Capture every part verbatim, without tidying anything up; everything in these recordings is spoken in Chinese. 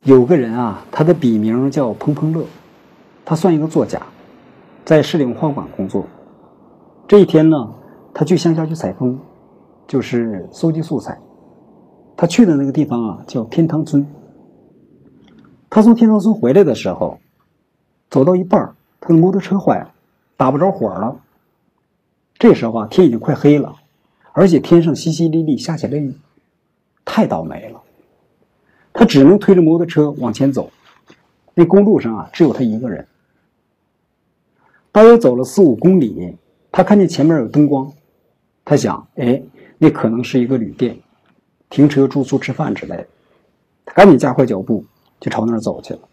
有个人啊，他的笔名叫彭彭乐，他算一个作家，在市立文化馆工作。这一天呢，他去乡下去采风，就是搜集素材。他去的那个地方啊，叫天堂村。他从天堂村回来的时候，走到一半，他的摩托车坏了，打不着火了。这时候啊，天已经快黑了，而且天上淅淅沥沥下起了雨，太倒霉了。他只能推着摩托车往前走，那公路上啊，只有他一个人。大约走了四五公里，他看见前面有灯光，他想，哎，那可能是一个旅店，停车住宿吃饭之类的。他赶紧加快脚步，就朝那儿走去了。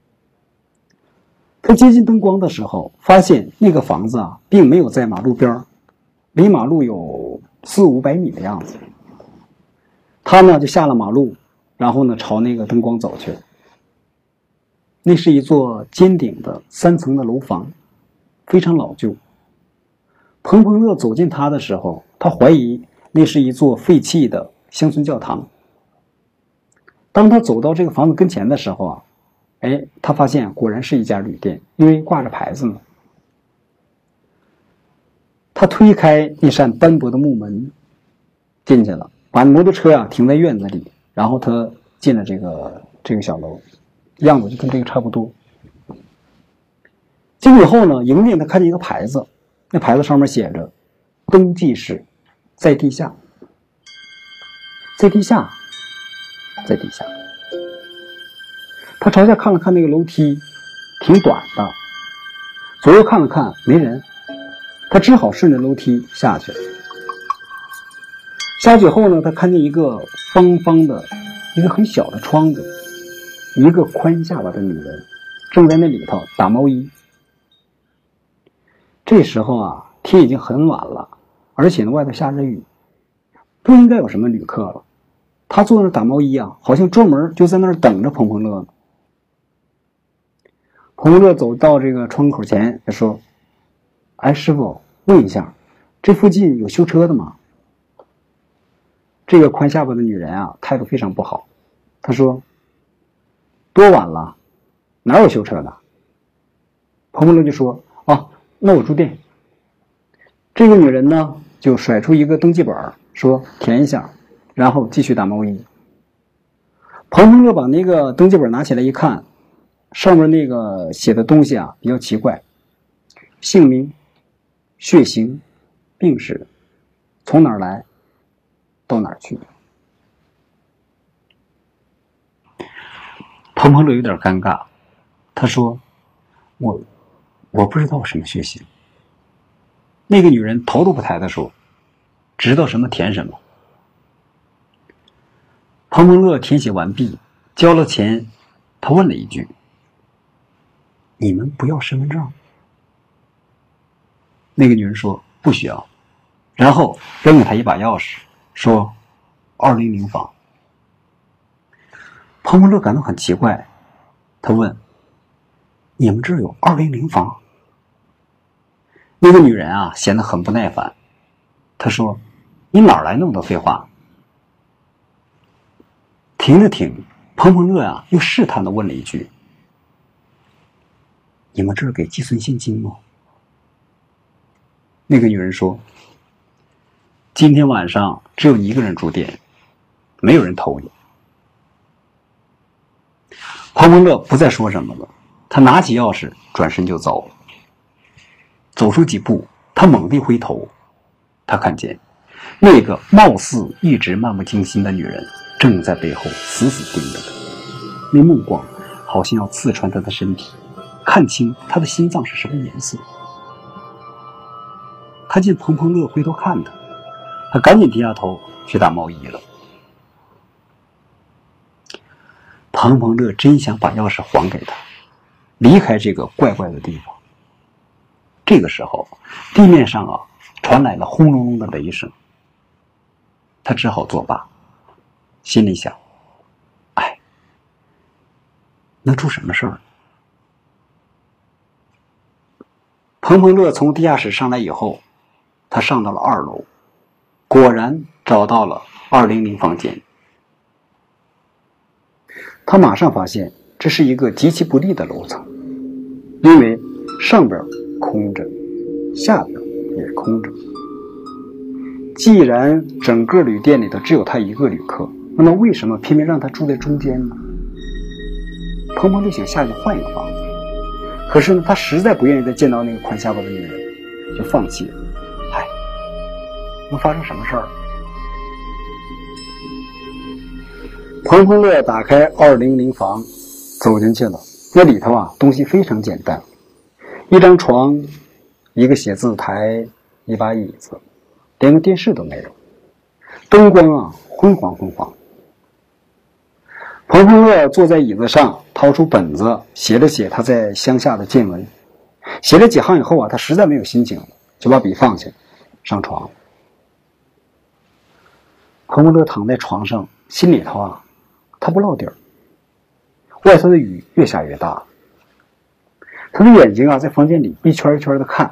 他接近灯光的时候，发现那个房子啊，并没有在马路边，离马路有四五百米的样子。他呢就下了马路，然后呢朝那个灯光走去了。那是一座尖顶的三层的楼房，非常老旧。彭彭乐走近他的时候，他怀疑那是一座废弃的乡村教堂。当他走到这个房子跟前的时候啊，哎，他发现果然是一家旅店，因为挂着牌子呢。他推开那扇斑驳的木门，进去了，把摩托车啊停在院子里，然后他进了这个这个小楼，样子就跟这个差不多。进去以后呢，迎面他看见一个牌子，那牌子上面写着“登记室在地下，在地下，在地下”。他朝下看了看那个楼梯，挺短的，左右看了看，没人，他只好顺着楼梯下去。下去后呢，他看见一个方方的、一个很小的窗子，一个宽下巴的女人正在那里头打毛衣。这时候啊，天已经很晚了，而且呢外头下着雨，不应该有什么旅客了。他坐那儿打毛衣啊，好像专门就在那儿等着彭彭乐呢。彭彭乐走到这个窗口前，他说：“哎，师傅，问一下，这附近有修车的吗？”这个宽下巴的女人啊，态度非常不好。她说：“多晚了，哪有修车的？”彭彭乐就说：“哦，那我住店。”这个女人呢，就甩出一个登记本，说填一下，然后继续打毛衣。彭彭乐把那个登记本拿起来一看，上面那个写的东西啊比较奇怪，姓名、血型、病史，从哪儿来到哪儿去。彭彭乐有点尴尬，他说：“我我不知道什么血型。”那个女人头都不抬地说：“知道什么填什么。”彭彭乐填写完毕，交了钱，他问了一句：“你们不要身份证？”那个女人说：“不需要。”然后扔给他一把钥匙，说：“二零零房。”彭彭乐感到很奇怪，他问：“你们这儿有二零零房？”那个女人啊显得很不耐烦，她说：“你哪来那么多废话？”停着停，彭彭乐啊又试探地问了一句：“你们这儿给寄存现金吗？”那个女人说：“今天晚上只有你一个人住店，没有人偷你。”彭彭乐不再说什么了，他拿起钥匙转身就走了。走出几步，他猛地回头，他看见那个貌似一直漫不经心的女人正在背后死死盯着他，那目光好像要刺穿他的身体，看清他的心脏是什么颜色。他见彭彭乐回头看他，他赶紧低下头去打毛衣了。彭彭乐真想把钥匙还给他，离开这个怪怪的地方。这个时候，地面上啊传来了轰隆隆的雷声，他只好作罢，心里想：哎，能出什么事儿？彭彭乐从地下室上来以后，他上到了二楼，果然找到了二零零房间。 他马上发现这是一个极其不利的楼层，因为上边空着，下边也空着。既然整个旅店里头只有他一个旅客，那么为什么偏偏让他住在中间呢？鹏鹏就想下去换一个房子，可是呢，他实在不愿意再见到那个宽下巴的女人，就放弃了。唉，能发生什么事儿？鹏鹏乐打开二零零房，走进去了。那里头啊，东西非常简单，一张床，一个写字台，一把椅子，连个电视都没有。灯光啊，昏黄昏黄。鹏鹏乐坐在椅子上，掏出本子，写了写他在乡下的见闻。写了几行以后啊，他实在没有心情了，就把笔放下，上床。鹏鹏乐躺在床上，心里头啊，他不落地儿。外头的雨越下越大，他的眼睛啊，在房间里一圈一圈的看。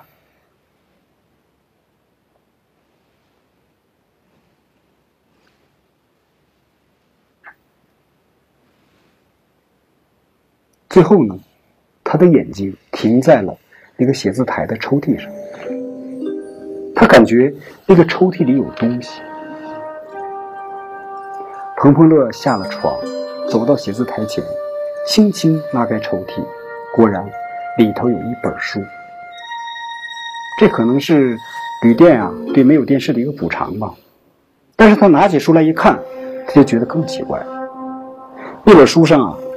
最后呢，他的眼睛停在了那个写字台的抽屉上，他感觉那个抽屉里有东西。鹏鹏乐下了床，走到写字台前，轻轻拉开抽屉，果然里头有一本书。这可能是旅店啊对没有电视的一个补偿吧。但是他拿起书来一看，他就觉得更奇怪了。那本书上啊，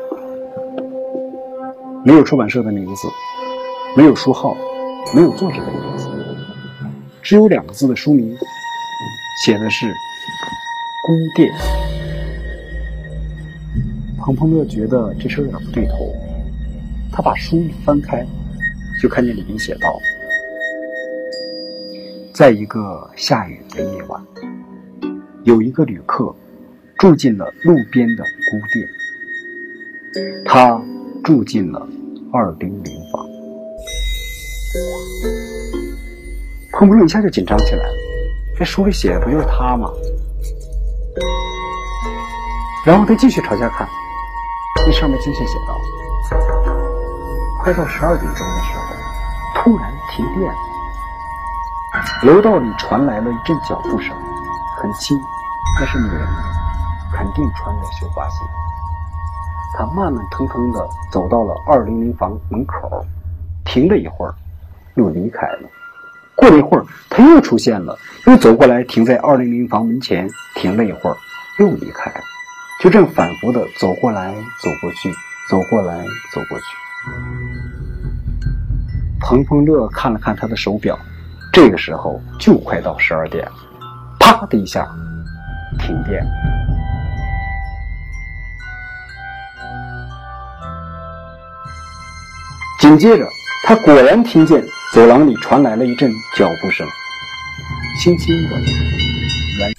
没有出版社的名字，没有书号，没有作者的名字，只有两个字的书名，写的是孤店。鹏鹏乐觉得这事有点不对头，他把书一翻开，就看见里面写道：在一个下雨的夜晚，有一个旅客住进了路边的孤店，他住进了二零零房。鹏鹏乐一下就紧张起来了，这书里写的不就是他吗？然后他继续朝下看，那上面继续写道：快到十二点钟的时候，突然停电了，楼道里传来了一阵脚步声，很轻，那是女人，肯定穿着绣花鞋。他慢慢腾腾地走到了二零零房门口，停了一会儿，又离开了。过了一会儿，他又出现了，又走过来，停在二零零房门前，停了一会儿，又离开了。就这样反复地走过来，走过去，走过来，走过去。鹏鹏乐看了看他的手表，这个时候就快到十二点了，啪的一下，停电。紧接着，他果然听见走廊里传来了一阵脚步声，轻轻的，远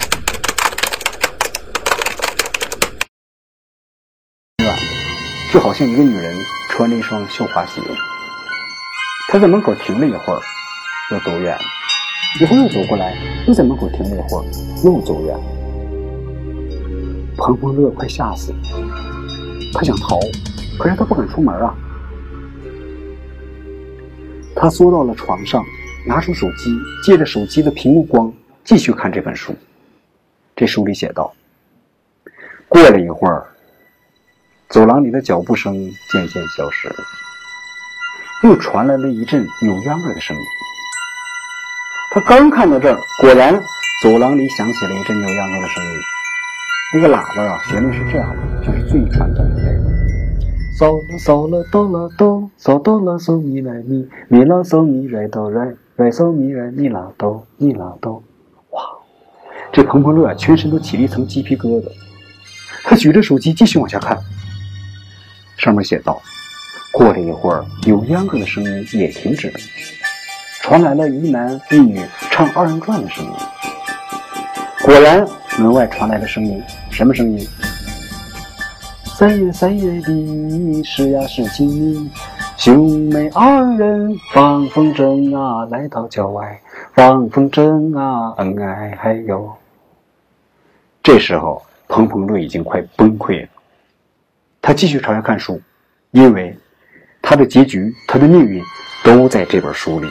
远的，就好像一个女人穿着一双绣花鞋。他在门口停了一会儿，又走远了，以后又走过来，又在门口停了一会儿，又走远了。鹏鹏乐快吓死了，他想逃，可是他不敢出门啊。他缩到了床上，拿出手机，借着手机的屏幕光继续看这本书。这书里写道：过了一会儿，走廊里的脚步声渐渐消失了，又传来了一阵扭秧歌的声音。他刚看到这儿，果然走廊里响起了一阵扭秧歌的声音。那个喇叭啊，旋律是这样的，就是最传统的那个嗦啦嗦啦哆啦哆，嗦哆啦嗦咪来咪，咪啦嗦咪来哆来，来嗦咪来咪啦哆，咪啦哆。哇，这鹏鹏乐啊，全身都起了一层鸡皮疙瘩。他举着手机继续往下看，上面写道：过了一会儿，扭秧歌的声音也停止了，传来了一男一女唱二人转的声音。果然，门外传来了声音，什么声音？三月三月里，是呀是清明，兄妹二人放风筝啊，来到郊外，放风筝啊，恩爱还有。这时候，鹏鹏乐已经快崩溃了， 他继续朝下看书，因为他的结局，他的命运都在这本书里。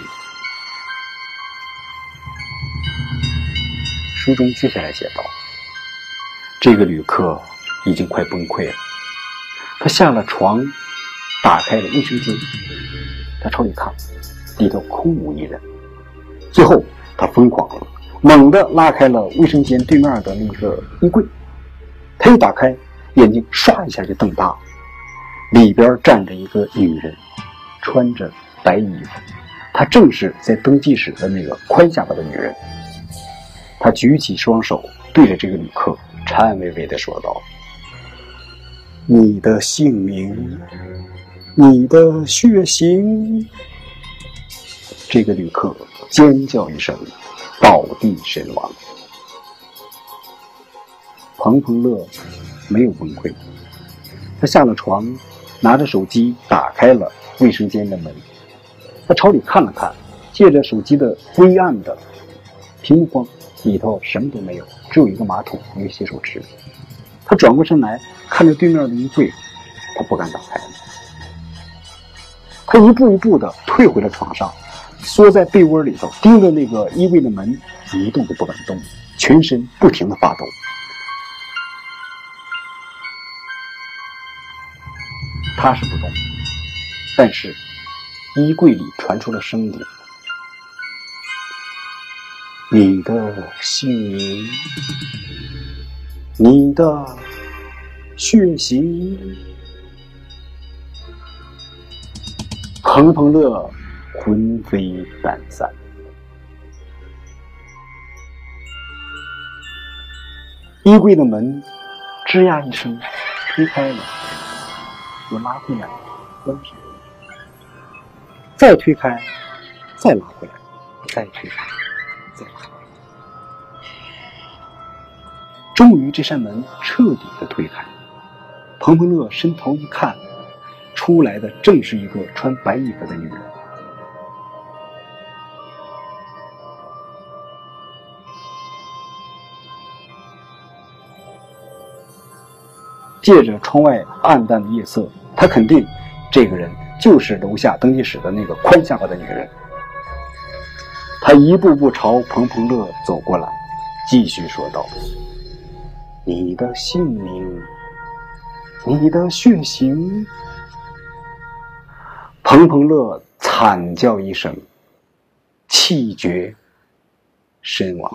书中接下来写道，这个旅客已经快崩溃了，他下了床，打开了卫生间，他朝里看，里头空无一人。最后他疯狂了，猛地拉开了卫生间对面的那个衣柜，他一打开，眼睛唰一下就瞪大，里边站着一个女人，穿着白衣服，她正是在登记室的那个宽下巴的女人。她举起双手对着这个旅客颤巍巍地说道，你的姓名，你的血型。这个旅客尖叫一声，倒地身亡。彭彭乐没有崩溃，他下了床，拿着手机打开了卫生间的门，他朝里看了看，借着手机的灰暗的屏幕光，里头什么都没有，只有一个马桶，一个洗手池。他转过身来看着对面的衣柜，他不敢打开，他一步一步地退回了床上，缩在被窝里头，盯着那个衣柜的门，一动都不敢动，全身不停地发抖。他是不动，但是衣柜里传出了声音，你的姓名，你的血型。彭彭乐魂飞胆散。衣柜的门吱呀一声推开了，又拉回来，关上，再推开，再拉回来，再推开，再拉回来。终于这扇门彻底的推开，彭彭乐伸头一看，出来的正是一个穿白衣服的女人。借着窗外暗淡的夜色，他肯定这个人就是楼下登记室的那个宽下巴的女人。他一步步朝彭彭乐走过来，继续说道，你的姓名，你的血型。彭彭乐惨叫一声，气绝身亡。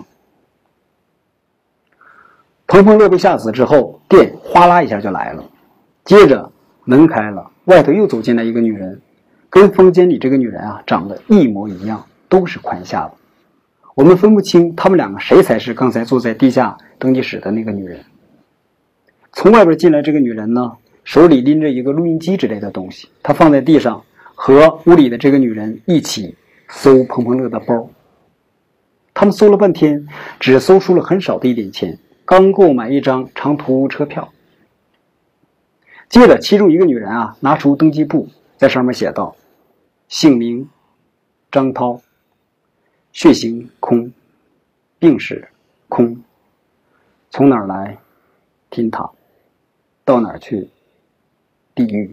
彭彭乐被吓死之后，电哗啦一下就来了，接着门开了，外头又走进来一个女人，跟房间里这个女人啊长得一模一样，都是宽下巴。我们分不清他们两个谁才是刚才坐在地下登记室的那个女人。从外边进来这个女人呢，手里拎着一个录音机之类的东西，她放在地上，和屋里的这个女人一起搜彭彭乐的包。他们搜了半天，只搜出了很少的一点钱，刚购买一张长途车票。接着其中一个女人啊拿出登记簿，在上面写道，姓名张涛，血型空，病史空，从哪儿来天堂，到哪儿去地狱。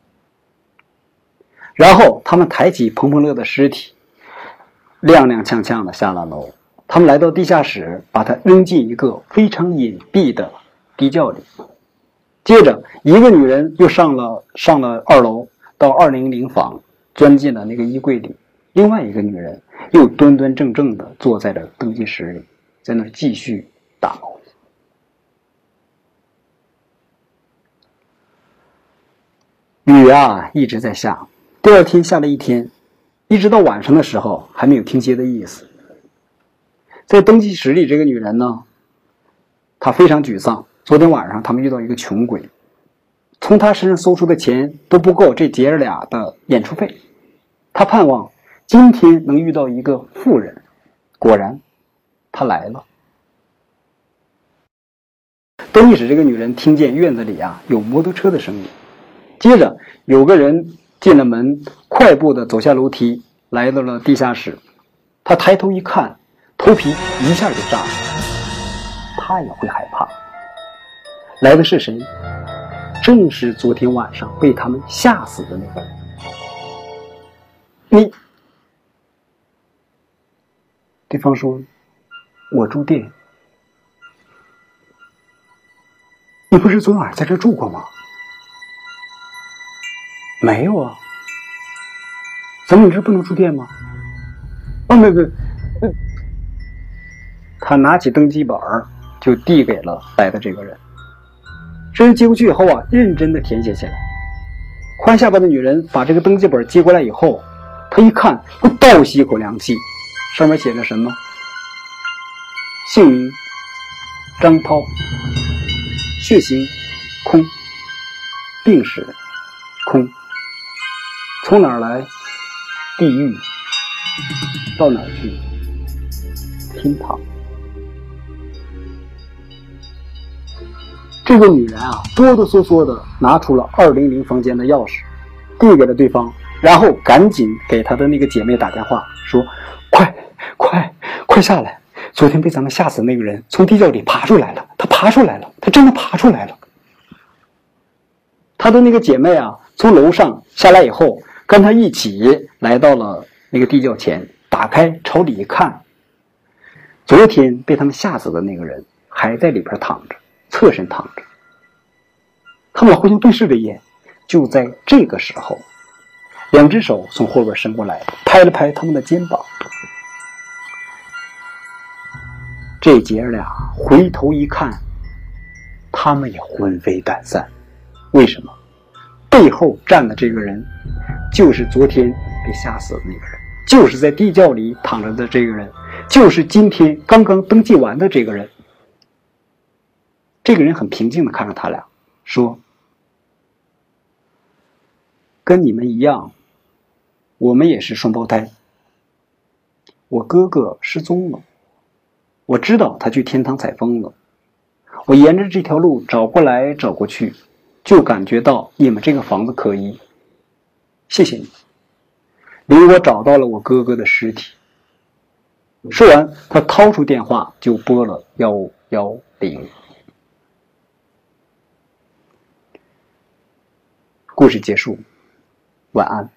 然后他们抬起彭彭乐的尸体，踉踉跄跄的下了楼。他们来到地下室，把他扔进一个非常隐蔽的地窖里。接着一个女人又上了上了二楼，到二零零房，钻进了那个衣柜里。另外一个女人又端端正正的坐在了登记室里，在那儿继续打猫。雨啊一直在下，第二天下了一天，一直到晚上的时候还没有停歇的意思。在登记室里这个女人呢，她非常沮丧，昨天晚上他们遇到一个穷鬼，从她身上搜出的钱都不够这姐儿俩的演出费，她盼望今天能遇到一个富人。果然她来了。登记室这个女人听见院子里啊有摩托车的声音，接着有个人进了门，快步的走下楼梯，来到了地下室。她抬头一看，头皮一下就炸了，她也会害怕。来的是谁？ 正是昨天晚上被他们吓死的那个人。你，对方说，我住店。你不是昨晚在这住过吗？没有啊。咱们这不能住店吗？哦，没没，嗯。他拿起登记本就递给了来的这个人。这人接过去以后啊，认真的填写起来。宽下巴的女人把这个登记本接过来以后，她一看，倒吸一口凉气。上面写着什么？姓名张涛，血型空，病史空，从哪儿来？地狱，到哪儿去？天堂。这个女人啊，哆哆嗦嗦的拿出了二零零房间的钥匙，递给了对方，然后赶紧给她的那个姐妹打电话，说：“快快快下来！昨天被咱们吓死的那个人从地窖里爬出来了，他爬出来了，他真的爬出来了。”她的那个姐妹啊，从楼上下来以后，跟她一起来到了那个地窖前，打开朝里一看，昨天被他们吓死的那个人还在里边躺着，侧身躺着。他们俩互相对视了一眼，就在这个时候，两只手从后边伸过来，拍了拍他们的肩膀。这姐儿俩回头一看，他们也魂飞胆散。为什么？背后站的这个人就是昨天被吓死的那个人，就是在地窖里躺着的这个人，就是今天刚刚登记完的这个人。这个人很平静地看着他俩，说：“跟你们一样，我们也是双胞胎。我哥哥失踪了，我知道他去天堂采风了。我沿着这条路找过来找过去，就感觉到你们这个房子可疑。谢谢你，领我找到了我哥哥的尸体。”说完，他掏出电话就拨了幺幺零。故事结束，晚安。